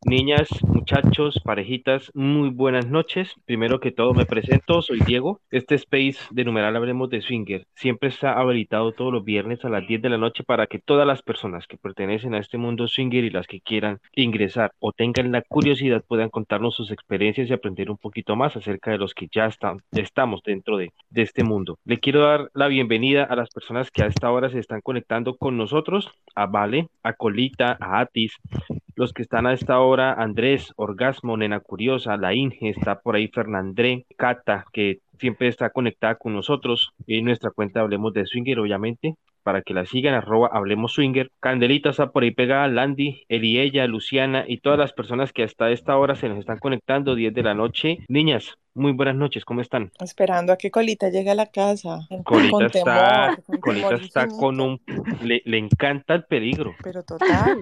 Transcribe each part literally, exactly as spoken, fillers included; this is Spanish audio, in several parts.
Niñas, muchachos, parejitas, muy buenas noches. Primero que todo me presento, soy Diego. Este space de numeral Hablemos de Swinger siempre está habilitado todos los viernes a las diez de la noche para que todas las personas que pertenecen a este mundo swinger y las que quieran ingresar o tengan la curiosidad puedan contarnos sus experiencias y aprender un poquito más acerca de los que ya están, estamos dentro de, de este mundo. Le quiero dar la bienvenida a las personas que a esta hora se están conectando con nosotros, a Vale, a Colita, a Atis, los que están a esta hora, Andrés, Orgasmo, Nena Curiosa, La Inge, está por ahí Fernandré, Cata, que siempre está conectada con nosotros, y nuestra cuenta Hablemos de Swinger, obviamente, para que la sigan, arroba Hablemos Swinger. Candelita está por ahí pegada, Landy, Eliella, Luciana y todas las personas que hasta esta hora se nos están conectando, diez de la noche. Niñas, muy buenas noches, ¿cómo están? Esperando a que Colita llegue a la casa, Colita con está, temor, con Colita temor está con infinito, un, le, le encanta el peligro. pero total.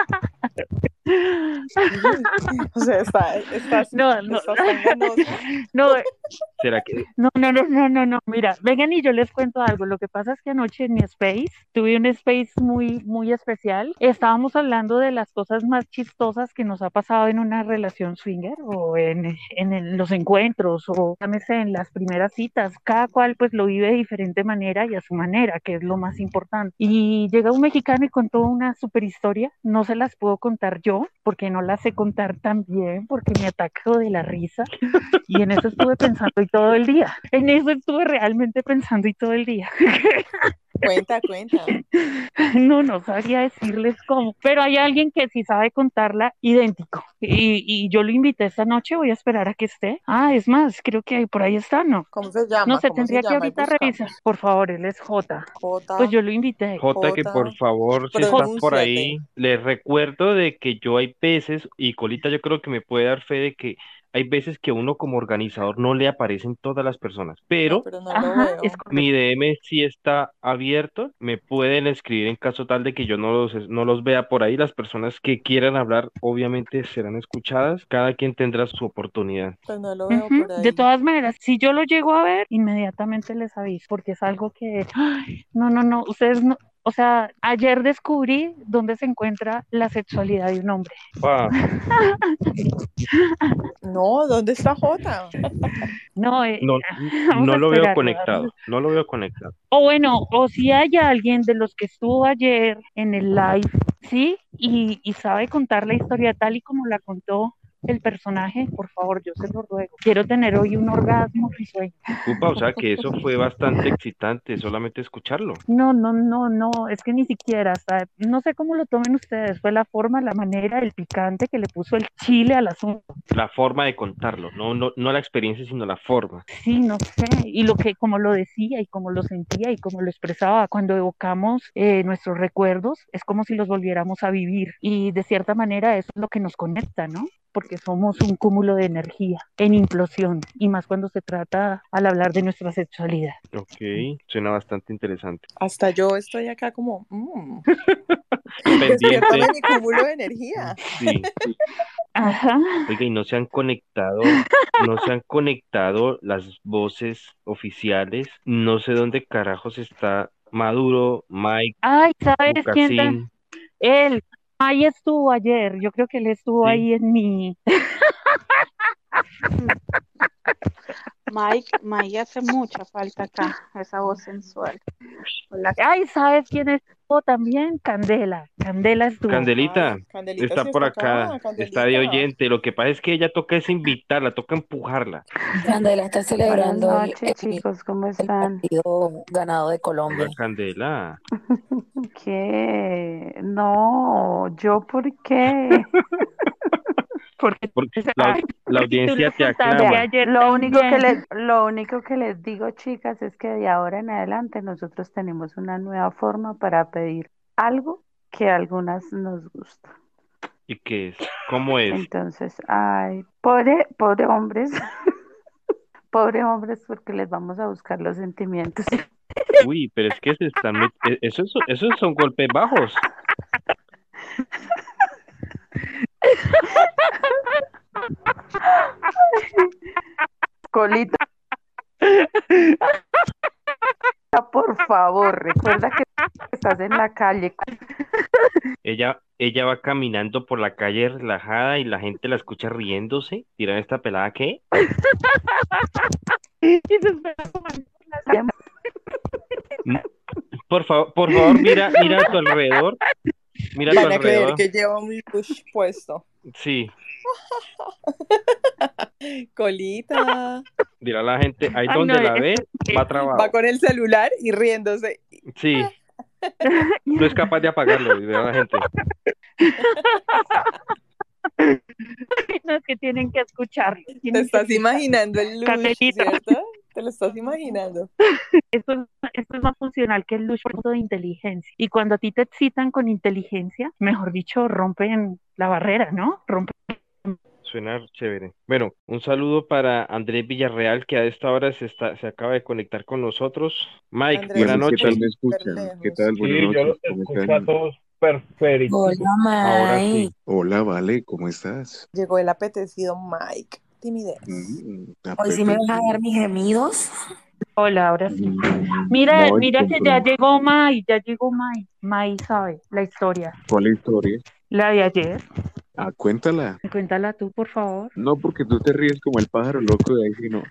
Sí, o sea, está, está, No, no, está tan ganosa. no, ¿Será que no, no, no, no, no, no, mira, vengan y yo les cuento algo. Lo que pasa es que anoche en mi space tuve un space muy, muy especial. Estábamos hablando de las cosas más chistosas que nos ha pasado en una relación swinger o en, en el- los encuentros o llámese en las primeras citas. Cada cual pues lo vive de diferente manera y a su manera, que es lo más importante. Y llega un mexicano y contó una super historia. No se las puedo contar yo porque no las sé contar tan bien porque me ataco de la risa. Y en eso estuve pensando y todo el día. En eso estuve realmente pensando y todo el día. Cuenta, cuenta. No, no sabría decirles cómo, pero hay alguien que sí sabe contarla idéntico. Y, y yo lo invité esta noche, voy a esperar a que esté. Ah, es más, creo que ahí por ahí está, ¿no? ¿Cómo se No llama? sé, ¿Cómo se tendría que llama? Y ahorita revisar. buscamos. Por favor, él es J. Pues J, yo lo invité. Jota, que por J, favor, si está J. por pronúnciate. ahí, les recuerdo de que yo hay veces, y Colita yo creo que me puede dar fe de que hay veces que uno como organizador no le aparecen todas las personas, No, pero pero no lo Ajá, es veo. mi correcto. D M sí está abierto, me pueden escribir en caso tal de que yo no los, no los vea por ahí, las personas que quieran hablar obviamente serán escuchadas, cada quien tendrá su oportunidad. Pues no lo veo Ujú. por De ahí. todas maneras, si yo lo llego a ver, inmediatamente les aviso, porque es algo que, ay, no, no, no, ustedes no, o sea, ayer descubrí dónde se encuentra la sexualidad de un hombre. Ah, No, ¿dónde está J? No, eh, no, vamos a no lo veo esperarlo. Vamos conectado, no lo veo conectado. O bueno, o si hay alguien de los que estuvo ayer en el live, ¿sí? Y, y sabe contar la historia tal y como la contó el personaje, por favor, yo se lo ruego. Quiero tener hoy un orgasmo risueño. Upa, o sea que eso fue bastante excitante, solamente escucharlo. No, no, no, no, es que ni siquiera, hasta, no sé cómo lo tomen ustedes, fue la forma, la manera, el picante que le puso el chile al asunto. La forma de contarlo, no, no, no la experiencia, sino la forma. Sí, no sé, y lo que, como lo decía y como lo sentía y como lo expresaba, cuando evocamos eh, nuestros recuerdos, es como si los volviéramos a vivir y de cierta manera eso es lo que nos conecta, ¿no? Porque somos un cúmulo de energía en implosión y más cuando se trata al hablar de nuestra sexualidad. Ok, suena bastante interesante. Hasta yo estoy acá como, mm, Pendiente, despiértame mi cúmulo de energía. sí. Ajá. Oiga, y no se han conectado, no se han conectado las voces oficiales. No sé dónde carajos está Maduro, Mike, Ay, ¿sabes quién? ta- Bucasín, Él, ahí estuvo ayer, yo creo que él estuvo sí. ahí en mi... Mike, Mike hace mucha falta acá, esa voz sensual. Hola. Ay, ¿sabes quién estuvo también? Candela, Candela estuvo. Candelita Ay, Candelita está sí por está acá, acá, está de Candelita. oyente. Lo que pasa es que ella toca es invitarla, toca empujarla. Candela está Buenas celebrando el, noches, el- chicos, ¿cómo el están? partido ganado de Hola, Colombia. Candela. ¿Qué? No, ¿yo por qué? Porque, Porque la, ay, la porque tú audiencia lo te contaste aclama. Vea, ayer lo único que también. les, lo único que les digo, chicas, es que de ahora en adelante nosotros tenemos una nueva forma para pedir algo que a algunas nos gusta. ¿Y qué es? ¿Cómo es? Entonces, ay, pobre, pobre hombres, pobre hombres, porque les vamos a buscar los sentimientos. Uy, pero es que se están met- e- eso, es- esos son golpes bajos. Colita, por favor, recuerda que estás en la calle. Ella, ella va caminando por la calle relajada y la gente la escucha riéndose. ¿Dirán esta pelada qué? Y se espera tomando las- Mm, Por favor, por favor, mira, mira a tu alrededor. Mira a tu Van a creer alrededor. que lleva un push puesto. Sí, Colita. dirá la gente, ahí Ay, donde no, la es- ve, es- va Va trabajo. con el celular y riéndose. Sí, no es capaz de apagarlo, dirá la gente. No, es que tienen que escucharlo. Te tienen que estás escucharlo. imaginando el lush, Caterina. ¿cierto? Te lo estás imaginando. Esto es, esto es más funcional que el lush por de inteligencia. Y cuando a ti te excitan con inteligencia, mejor dicho, rompen la barrera, ¿no? Rompen. Suena chévere. Bueno, un saludo para Andrés Villarreal, que a esta hora se está, se acaba de conectar con nosotros. Mike, Andrés, buenas Bueno, ¿qué tal noches. me súper escuchan? ¿Qué lejos. tal? Buenas Sí, yo noches, los ¿cómo escucho a están? todos perfectos. Hola, Ahora sí. May. Hola, Vale, ¿cómo estás? Llegó el apetecido Mike. Timidez. Mm, Hoy sí me vas a apetecido. dar mis gemidos. Hola, ahora sí. Mm, Mira, no, mira que ya entonces, llegó Mai, ya llegó Mai. Mai sabe la historia. ¿cuál historia? La de ayer. Ah, cuéntala. Cuéntala tú, por favor. No, porque tú te ríes como el pájaro loco de ahí, sino.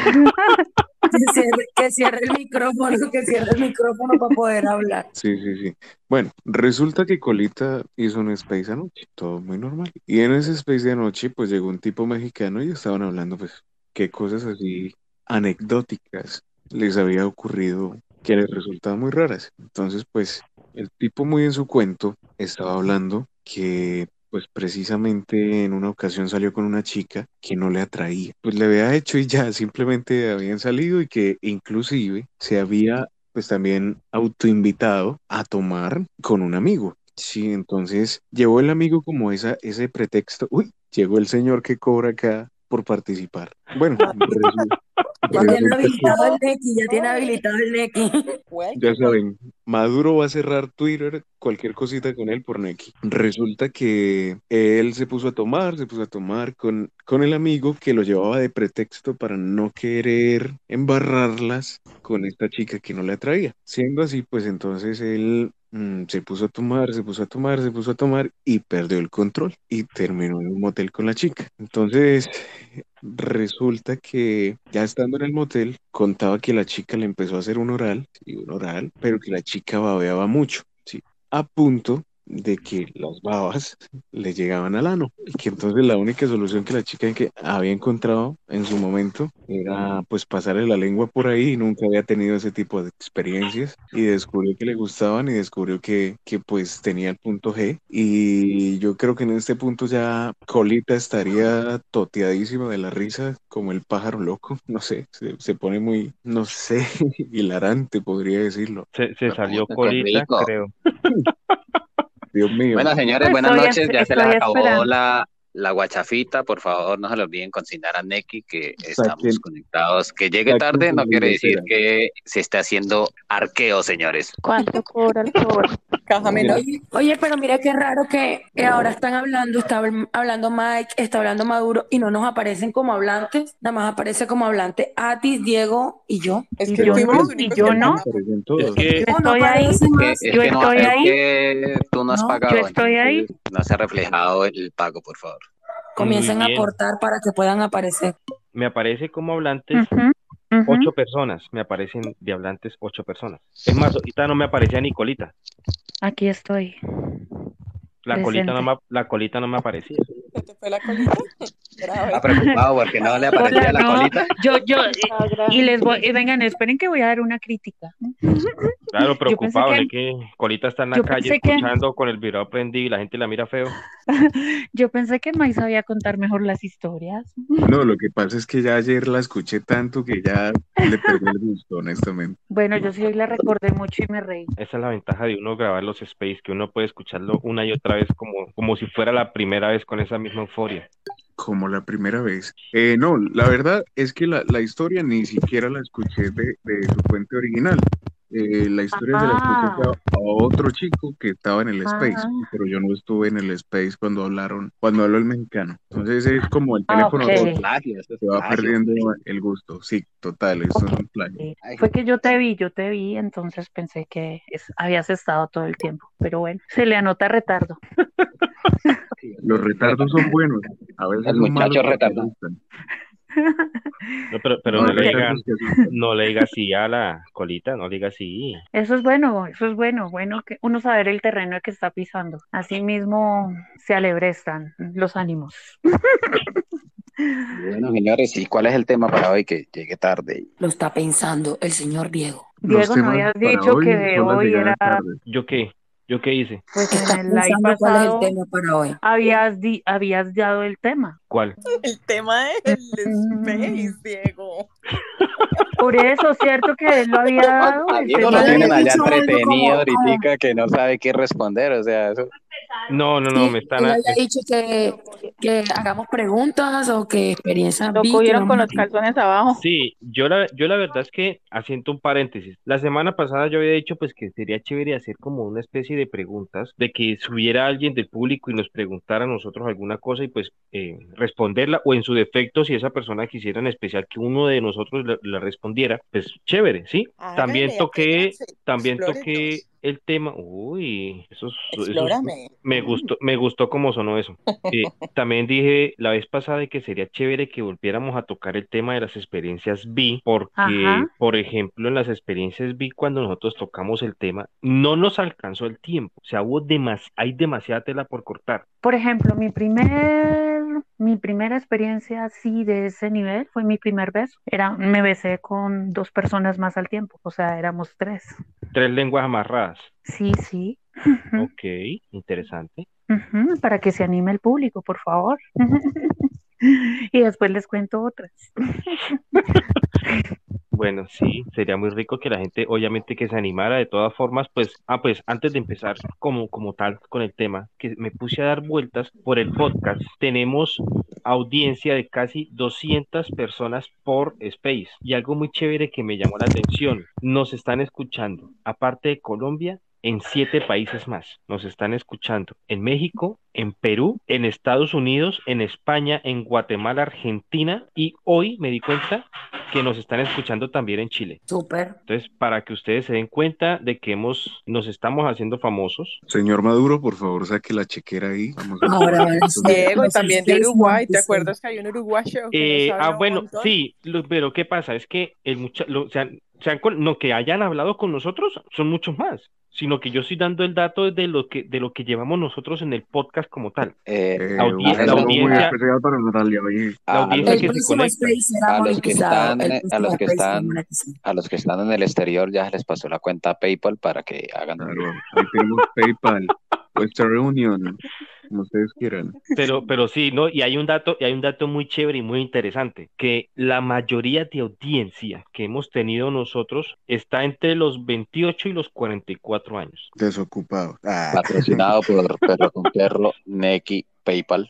Que cierre, que cierre el micrófono, que cierre el micrófono para poder hablar. Sí, sí, sí. Bueno, resulta que Colita hizo un space anoche, todo muy normal. Y en ese space de anoche, pues llegó un tipo mexicano y estaban hablando, pues, qué cosas así anecdóticas les había ocurrido que les resultaban muy raras. Entonces, pues, el tipo muy en su cuento estaba hablando que, pues, precisamente en una ocasión salió con una chica que no le atraía. Pues le había hecho y ya, simplemente habían salido y que inclusive se había pues también autoinvitado a tomar con un amigo. Sí, entonces llevó el amigo como esa, ese pretexto. Uy, llegó el señor que cobra acá por participar. Bueno, resu- Ya tiene resulta que, habilitado el Neki, ya tiene habilitado el Neki. ya Welcome. saben, Maduro va a cerrar Twitter, cualquier cosita con él por Nequi. Resulta que él se puso a tomar, se puso a tomar con, con el amigo que lo llevaba de pretexto para no querer embarrarlas con esta chica que no le atraía. Siendo así, pues entonces él mm, se puso a tomar, se puso a tomar, se puso a tomar y perdió el control y terminó en un motel con la chica. Entonces, resulta que ya estando en el motel, contaba que la chica le empezó a hacer un oral, sí, un oral, pero que la chica babeaba mucho, ¿sí? A punto de que las babas le llegaban al ano. Y que entonces la única solución que la chica que había encontrado en su momento era pues pasarle la lengua por ahí y nunca había tenido ese tipo de experiencias y descubrió que le gustaban y descubrió que, que pues tenía el punto G y yo creo que en este punto ya Colita estaría toteadísima de la risa como el pájaro loco, no sé, se, se pone muy, no sé, hilarante podría decirlo. Se, se salió Puta, qué Colita, rico. creo. Dios mío. Bueno, señores, No, buenas estoy, noches. es- Ya se les estoy acabó esperando. la, la guachafita. Por favor, no se lo olviden consignar a Neki que estamos Saquen, conectados. Que llegue saquen tarde su no quiere decir billetera. que se esté haciendo arqueo, señores. ¿Cuánto cobra el cobro? Caja menor. Oye, oye, pero mira qué raro que eh, ahora están hablando, está habl- hablando Mike, está hablando Maduro y no nos aparecen como hablantes, nada más aparece como hablante Atis, Diego y yo. Es Y que yo fuimos no, los y únicos yo que Aquí no. pagamos. aparecen Es todos. que, Yo No, no estoy ahí. aparece Es que, más. es Yo que no, estoy es ahí. que tú no has No, Yo pagado, estoy ahí. entonces no se ha reflejado el pago, por favor. muy comiencen a bien. aportar para que puedan aparecer. Me aparece como hablantes Ujú, ujú. ocho personas. Me aparecen de hablantes ocho personas. Es más, ahorita no me aparecía ni Colita. Aquí estoy, La colita no presente. me, la colita no me aparecía. ¿Se te fue la colita? Está Grave. preocupado porque no le Grave. aparecía Hola, la no, colita. yo, yo, eh, y les voy, y vengan, esperen que voy a dar una crítica. Claro, Yo pensé preocupado, que, ¿no? Que Colita está en la yo calle pensé que, escuchando con el video prendido y la gente la mira feo. yo pensé que May sabía contar mejor las historias. No, lo que pasa es que ya ayer la escuché tanto que ya le perdí el gusto, honestamente. Bueno, yo sí hoy la recordé mucho y me reí. Esa es la ventaja de uno grabar los space, que uno puede escucharlo una y otra vez como, como si fuera la primera vez con esa misma euforia. Como la primera vez. Eh, no, la verdad es que la, la historia ni siquiera la escuché de, de su fuente original. eh, la historia se la escuché Ah, a, a otro chico que estaba en el Space, ah, pero yo no estuve en el Space cuando hablaron, cuando habló el mexicano. Entonces es como el ah, teléfono ok. Eso es roto, plagio, eso es se va plagio. perdiendo el gusto. Sí, total, eso Ok. es un plagio. Ay, Fue que yo te vi, yo te vi, entonces pensé que es- habías estado todo el tiempo. Pero bueno, se le anota retardo. que yo Los soy retardos son retardado. buenos, a veces El son malos muchacho porque retardado. asustan. No, pero, pero Hay no le Ok. digan, retardos que asustan. no le diga así a la colita, no le diga así. Eso es bueno, eso es bueno, bueno que uno saber el terreno que está pisando. Asimismo se alebrestan los ánimos. Bueno, señores, ¿y cuál es el tema para hoy que llegue tarde? Lo está pensando el señor Diego. Los Diego, ¿no temas habías para dicho hoy que son las hoy era, llegadas tarde. ¿Yo qué? ¿Yo qué hice? pues en ¿Estás el live pensando cuál es el pasado tema para hoy? habías, di- habías dado el tema? ¿Cuál? El tema del Mm, space, Diego. Por eso, ¿cierto que él lo había dado, A el Diego tema lo Él tienen había del... allá dicho algo entretenido como, como, ahorita que no sabe qué responder, o sea, eso. No, no, no, me sí, están... él a- había me- dicho que, que hagamos preguntas o que experiencias Lo vi que cogieron íbamos con a los tener. calzones abajo. Sí, yo la, yo la verdad es que, haciendo un paréntesis, la semana pasada yo había dicho pues que sería chévere hacer como una especie de preguntas, de que subiera alguien del público y nos preguntara a nosotros alguna cosa y pues eh, responderla, o en su defecto, si esa persona quisiera en especial que uno de nosotros le, le respondiera, pues chévere, ¿sí? También Hágale, toqué, atrévanse, también toqué explórenos. el tema, uy, eso, es- eso es- Explórame. me gustó, me gustó cómo sonó eso. Eh, también dije la vez pasada de que sería chévere que volviéramos a tocar el tema de las experiencias V I, porque, Ajá. por ejemplo, en las experiencias V I, cuando nosotros tocamos el tema, no nos alcanzó el tiempo. O sea, hubo demas- hay demasiada tela por cortar. Por ejemplo, mi primer, mi primera experiencia así de ese nivel fue mi primer beso. Era, me besé con dos personas más al tiempo, o sea, éramos tres. Tres lenguas amarradas. Sí, sí. Ujú, Ok, interesante. ujú, para que se anime el público, por favor. Y después les cuento otras. Bueno, sí, sería muy rico que la gente, obviamente, que se animara. De todas formas, pues, ah, pues, antes de empezar como, como tal con el tema, que me puse a dar vueltas por el podcast, tenemos audiencia de casi doscientas personas por Space. Y algo muy chévere que me llamó la atención, nos están escuchando, aparte de Colombia, en siete países más. Nos están escuchando en México, en Perú, en Estados Unidos, en España, en Guatemala, Argentina, y hoy me di cuenta que nos están escuchando también en Chile. Súper. Entonces, para que ustedes se den cuenta de que hemos, nos estamos haciendo famosos. Señor Maduro, por favor, saque la chequera ahí. Vamos a Ahora tomar van a fotos de... ser Diego, y los también de Space Uruguay. ¿Te Monkeys. acuerdas que hay un uruguayo que nos Eh, ah, habla un bueno, montón? sí, lo- pero ¿qué pasa? Es que el mucha, lo- se han- se han con- no que hayan hablado con nosotros son muchos más, sino que yo estoy dando el dato de lo que de lo que llevamos nosotros en el podcast como tal. Eh, Eh, Audie- un la eso, saludo muy a, audiencia, especial para Natalia. Oye, la a audiencia los, El que se próximo conecta. Space será a los que monetizado. están, El a próximo los que Space será están, monetizado. a los que están en el exterior ya les pasó la cuenta PayPal para que hagan un... claro, ahí tenemos PayPal, Western Union, como ustedes quieran. Pero, pero sí, ¿no? Y hay un dato, y hay un dato muy chévere y muy interesante, que la mayoría de audiencia que hemos tenido nosotros está entre los veintiocho y los cuarenta y cuatro años. Desocupado. Ah. Patrocinado por Perro con Perro, Neki, PayPal.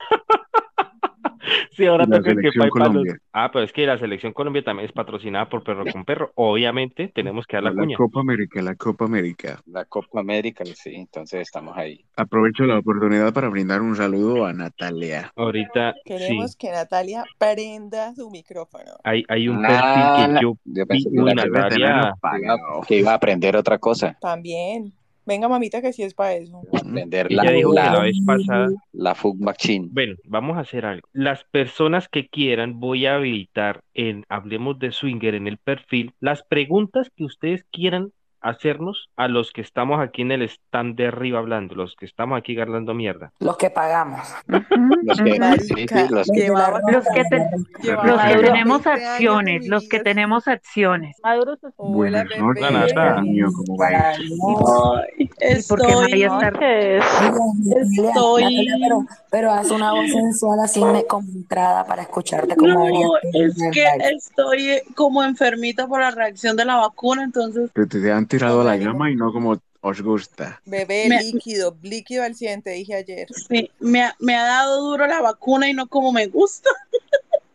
Sí, Y ahora la toca que selección PayPal nos... Colombia. Ah, pero es que la selección Colombia también es patrocinada por Perro con Perro. Obviamente tenemos que dar No, la la cuña. Copa América, la Copa América. La Copa América, sí, entonces estamos ahí. Aprovecho la oportunidad para brindar un saludo a Natalia. Ahorita sí, Queremos que Natalia prenda su micrófono. hay, hay un perfil que Ah, yo yo vi, pensé que uy, era que Debe tener Natalia, que iba, apagado. que iba a aprender otra cosa. También. Venga, mamita, que sí es para eso. Iba a aprender la, ella dijo que la la, vez pasada, la Fug Machine. bueno, vamos a hacer algo. Las personas que quieran, voy a habilitar en Hablemos de Swinger en el perfil las preguntas que ustedes quieran hacernos a los que estamos aquí en el stand de arriba hablando, los que estamos aquí hablando mierda. Los que pagamos. Ujú, Los que, ujú. sí, sí, Marica, los Los de la llevaba ropa. Los que, Los te- de la ropa. llevaba los que Perfecto. tenemos veinte años en acciones, mi los que vida. tenemos acciones. Maduro, sus- Hola, Buenas noches, Hola, Nata. bebé. niño, ¿cómo vais? Adiós. Ay, ¿Y por qué estoy, Maya está? noches. Oye, Natalia, Natalia, pero, Estoy, pero haz una voz sensual así me- como entrada para escucharte como deberías no, ser es en el que live. estoy eh, como enfermita por la reacción de la vacuna, entonces Te, te han tirado a Con la ánimo. gama y no como os gusta. Bebé, me, líquido, líquido al cien, te dije ayer. sí, me, ha- me ha dado duro la vacuna y no como me gusta.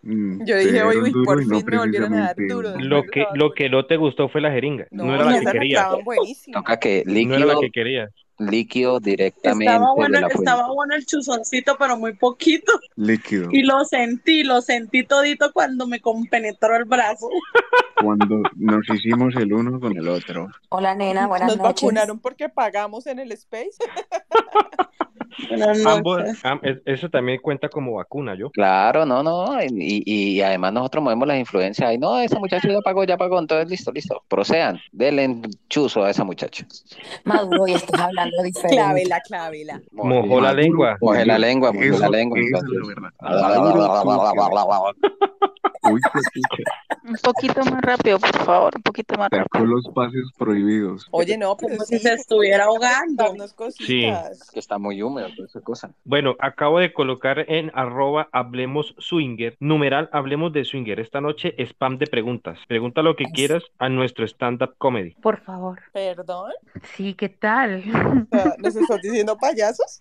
Mm, Yo te dije, dieron oye, uy, duro por y no fin me volvieron a dar precisamente duro un- Lo después de que, la lo vacuna. que no te gustó fue la jeringa. No No, era y la que esas me querías. clavan buenísimo. Toca que No era la líquido, que querías. líquido Estaba directamente bueno, de la fuente. estaba bueno el chuzoncito, pero muy poquito. líquido. Y lo sentí, lo sentí todito cuando me compenetró el brazo. Cuando nos hicimos el uno con el otro. Hola, nena, buenas Nos noches. vacunaron porque pagamos en el Space. Buenas Ambos, noches. am- es- eso también cuenta como vacuna, ¿yo? Claro, no, no, y, y, y además nosotros movemos las influencias ahí, no, esa muchacha ya pagó, ya pagó, entonces listo, listo, procedan, denle chuzo a esa muchacha. Maduro, y estás hablando diferente. Clávela, clávela. Mojó la Maduro, lengua. Moje la oye, lengua, moje la eso, lengua, esa es entonces. la verdad. Maduro tuvo que- Uy, qué pucha. Un poquito más rápido, por favor, un poquito más Sacó rápido. los pases prohibidos. Oye, no, pero Como sí, si se estuviera podemos ahogando. contarnos cositas. Que está muy húmedo, toda esa cosa. Bueno, acabo de colocar en arroba Hablemos Swinger, numeral Hablemos de Swinger. Esta noche spam de preguntas. Pregunta lo que quieras a nuestro stand-up comedy. Por favor. Perdón. Sí, ¿qué tal? O sea, ¿nos estás diciendo payasos?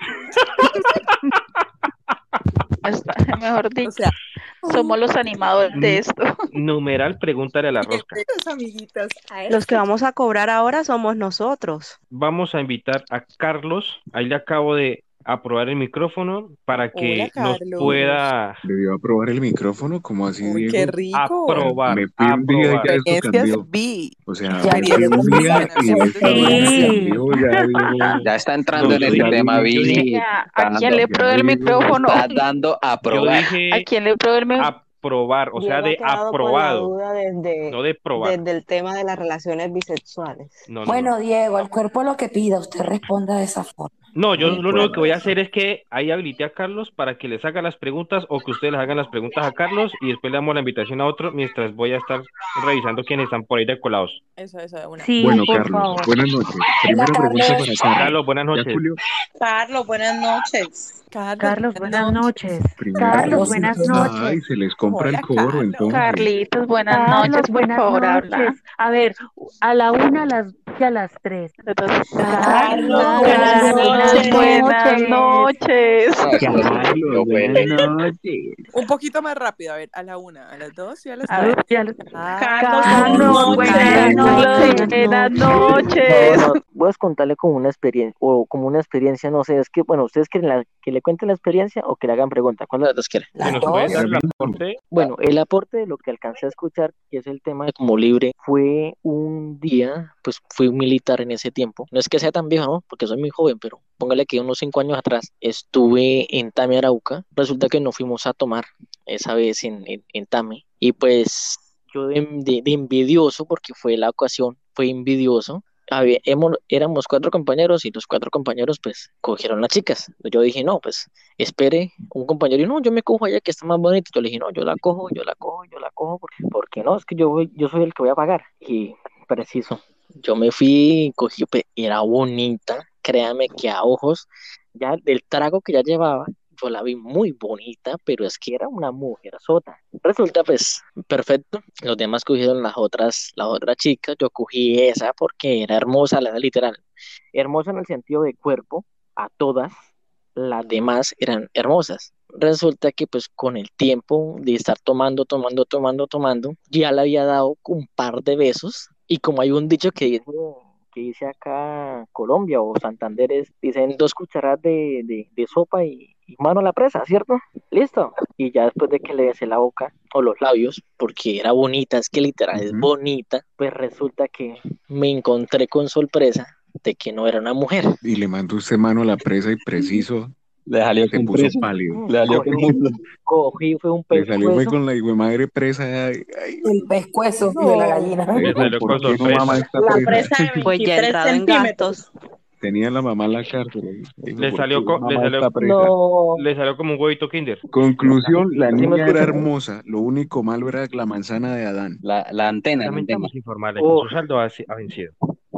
Hasta- mejor O dicho, sea, somos los animadores de esto. Numeral Pregúntale a la rosca. bienvenidos, amiguitas. a Los que este vamos a cobrar ahora somos nosotros. Vamos a invitar a Carlos. Ahí le acabo de aprobar el micrófono para que Hola, nos Carlos. pueda Debió aprobar el micrófono, como así, Uy, Diego. qué rico. aprobar. Me fui un día y aprobar. ya esto Experiencias cambió. B. O sea, Ya me viene fui un con día ganas y de esta vaina Sí. cambió, ya Diego. Ya está entrando No, en yo ese dije- tema, yo Billy. dije- Ya, Está ¿a quién dando- le probé el Diego, micrófono? Está dando a Yo probar. dije ¿A quién le probé el micrófono? aprobar, o sea, Diego ha de quedado con la aprobado, duda desde, no de probar. desde el tema de las relaciones bisexuales. No, no, Bueno, no. Diego, el cuerpo lo que pida, usted responda de esa forma. No, yo Sí, lo único bueno. que voy a hacer es que ahí habilité a Carlos para que les haga las preguntas o que ustedes les hagan las preguntas a Carlos y después le damos la invitación a otro mientras voy a estar revisando quiénes están por ahí decolados. Eso, eso, de una. Sí, Bueno, por Carlos, favor. buenas noches. Primera pregunta Carlos. para Carlos. Carlos, buenas ¿Ya, noches. Julio? Carlos, buenas noches. Carlos, Carlos, buenas noches. Primera Carlos, pregunta. buenas noches. Ay, se les compra Hola, el coro, Carlos. entonces. Carlitos, buenas Carlos, noches, por buenas favor, habla. noches. A ver, a la una, a las dos y a las tres. Entonces, Carlos, Carlos, buenas buenas, noches. buenas noches. No, eso no se entendió, pues. noches. Un poquito más rápido, a ver, a la una, a las dos y a las A tres. ver, y a las- Carlos, Carlos, buenas noches. Buenas No, noches. no, voy a contarle como una experiencia, o como una experiencia, no sé, es que, bueno, ¿ustedes quieren la- que le cuenten la experiencia o que le hagan pregunta? ¿Cuál de las dos quieren? Si Las nos pueden dos. dar el aporte, Bueno, el aporte de lo que alcancé a escuchar, que es el tema de como libre, fue un día, pues fui un militar en ese tiempo. No es que sea tan viejo, ¿no? Porque soy muy joven, pero póngale que unos cinco años atrás estuve en Tame, Arauca. Resulta que nos fuimos a tomar esa vez en, en, en Tame. Y pues yo de, de- de envidioso, porque fue la ocasión, fue envidioso. Había- hemos- éramos cuatro compañeros y los cuatro compañeros pues cogieron las chicas. Yo dije, no, pues espere un compañero y no, yo me cojo a ella que está más bonita. Yo le dije, no, yo la cojo, yo la cojo, yo la cojo, porque, porque no, es que yo, voy- yo soy el que voy a pagar. Y preciso, yo me fui y cogí, pues, era bonita, créame que a ojos, ya del trago que ya llevaba, yo la vi muy bonita, pero es que era una mujer sota. Resulta pues perfecto, los demás cogieron las otras, las otras chicas, yo cogí esa porque era hermosa, la literal, hermosa en el sentido de cuerpo, a todas las demás eran hermosas. Resulta que pues con el tiempo de estar tomando, tomando, tomando, tomando, ya le había dado un par de besos y como hay un dicho que dice, que dice acá Colombia o Santander, es, dicen dos cucharadas de, de, de sopa y, y mano a la presa, ¿cierto? Listo. Y ya después de que le besé la boca o los labios, porque era bonita, es que literal es Ujú. bonita, pues resulta que me encontré con sorpresa de que no era una mujer. Y le mandó usted mano a la presa y preciso Le salió se con puso presa. pálido. Le salió con Cogí, muslo. cogí, fue un Le salió fue pescuezo. con la hijo de madre presa. Ay, ay, El pescuezo de la No, gallina. le dijo, salió ¿por con qué no sorpresa. mama esta La presa? presa de Pues ya veintitrés entrado en centímetros. gastos. Tenía la mamá en la cárcel. Dijo, Le ¿por salió qué co- le mama salió- esta presa? No, le salió como un huevito Kinder. Conclusión, la ¿sí me niña era escuchan? hermosa. Lo único malo era la manzana de Adán. La, la antena, la antena. Lamentamos informarle que Oh, su saldo ha, ha vencido.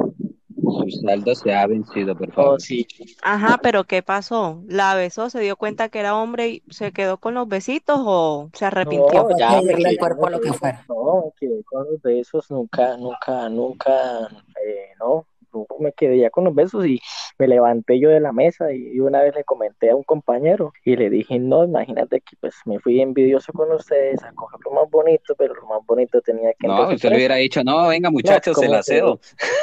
Su saldo se ha vencido, por oh, favor. sí. Ajá, pero ¿qué pasó? ¿La besó? ¿Se dio cuenta que era hombre y se quedó con los besitos o se arrepintió? No, ya me Pedirle al quedé con cuerpo los lo que besos. fuera. No, me quedé con los besos. Nunca, nunca, nunca, eh, no. no me quedé ya con los besos y me levanté yo de la mesa y, y una vez le comenté a un compañero y le dije, no, imagínate que pues me fui envidioso con ustedes a coger lo más bonito, pero lo más bonito tenía que No, entonces usted le hubiera dicho, no, venga no, muchachos, se como la te cedo.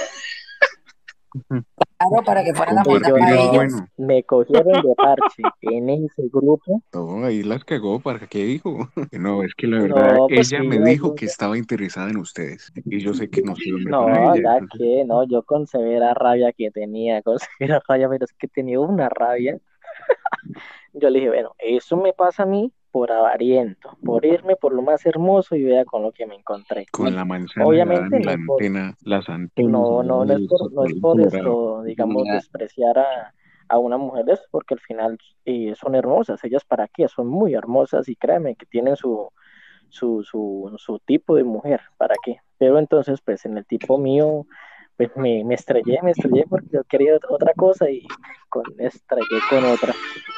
Claro, para que fueran a Compartir mandar para es ellos. bueno. me cogieron de parche en ese grupo. No, ahí las cagó, ¿para qué dijo? No, es que la verdad, No, pues ella sí, me yo, dijo yo- que estaba interesada en ustedes. Y yo sé que no soy hombre para no, ella. ya Entonces, que, no, yo con severa rabia que tenía, con severa rabia, pero es que tenía una rabia. Yo le dije, bueno, eso me pasa a mí por avariento, por irme por lo más hermoso y vea con lo que me encontré. con la manzana le Obviamente dan no la es por, antena, las antenas no, allá no, no es del por, no es Chapulín por Colorado. esto, digamos, despreciar a, a una mujer, es porque al final eh, son hermosas, ellas para qué, son muy hermosas y créanme que tienen su, su, su, su tipo de mujer, ¿para qué? Pero entonces, pues en el tipo mío, pues me, me estrellé, me estrellé porque yo quería otra otra cosa y con, me estrellé con otra.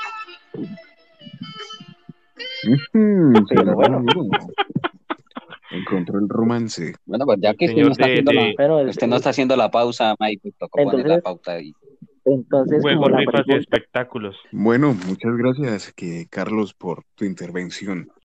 Ujú, Pero señor bueno, Ramiro, encontró el romance. Bueno, pues ya que usted no Señor está de, haciendo la, de bueno, es- usted no está es- haciendo la pausa, Mike, pues tocó poner la entonces, pauta ahí. entonces como juegos, la rifas y pregunta, espectáculos. Bueno, muchas gracias, que Carlos, por tu intervención.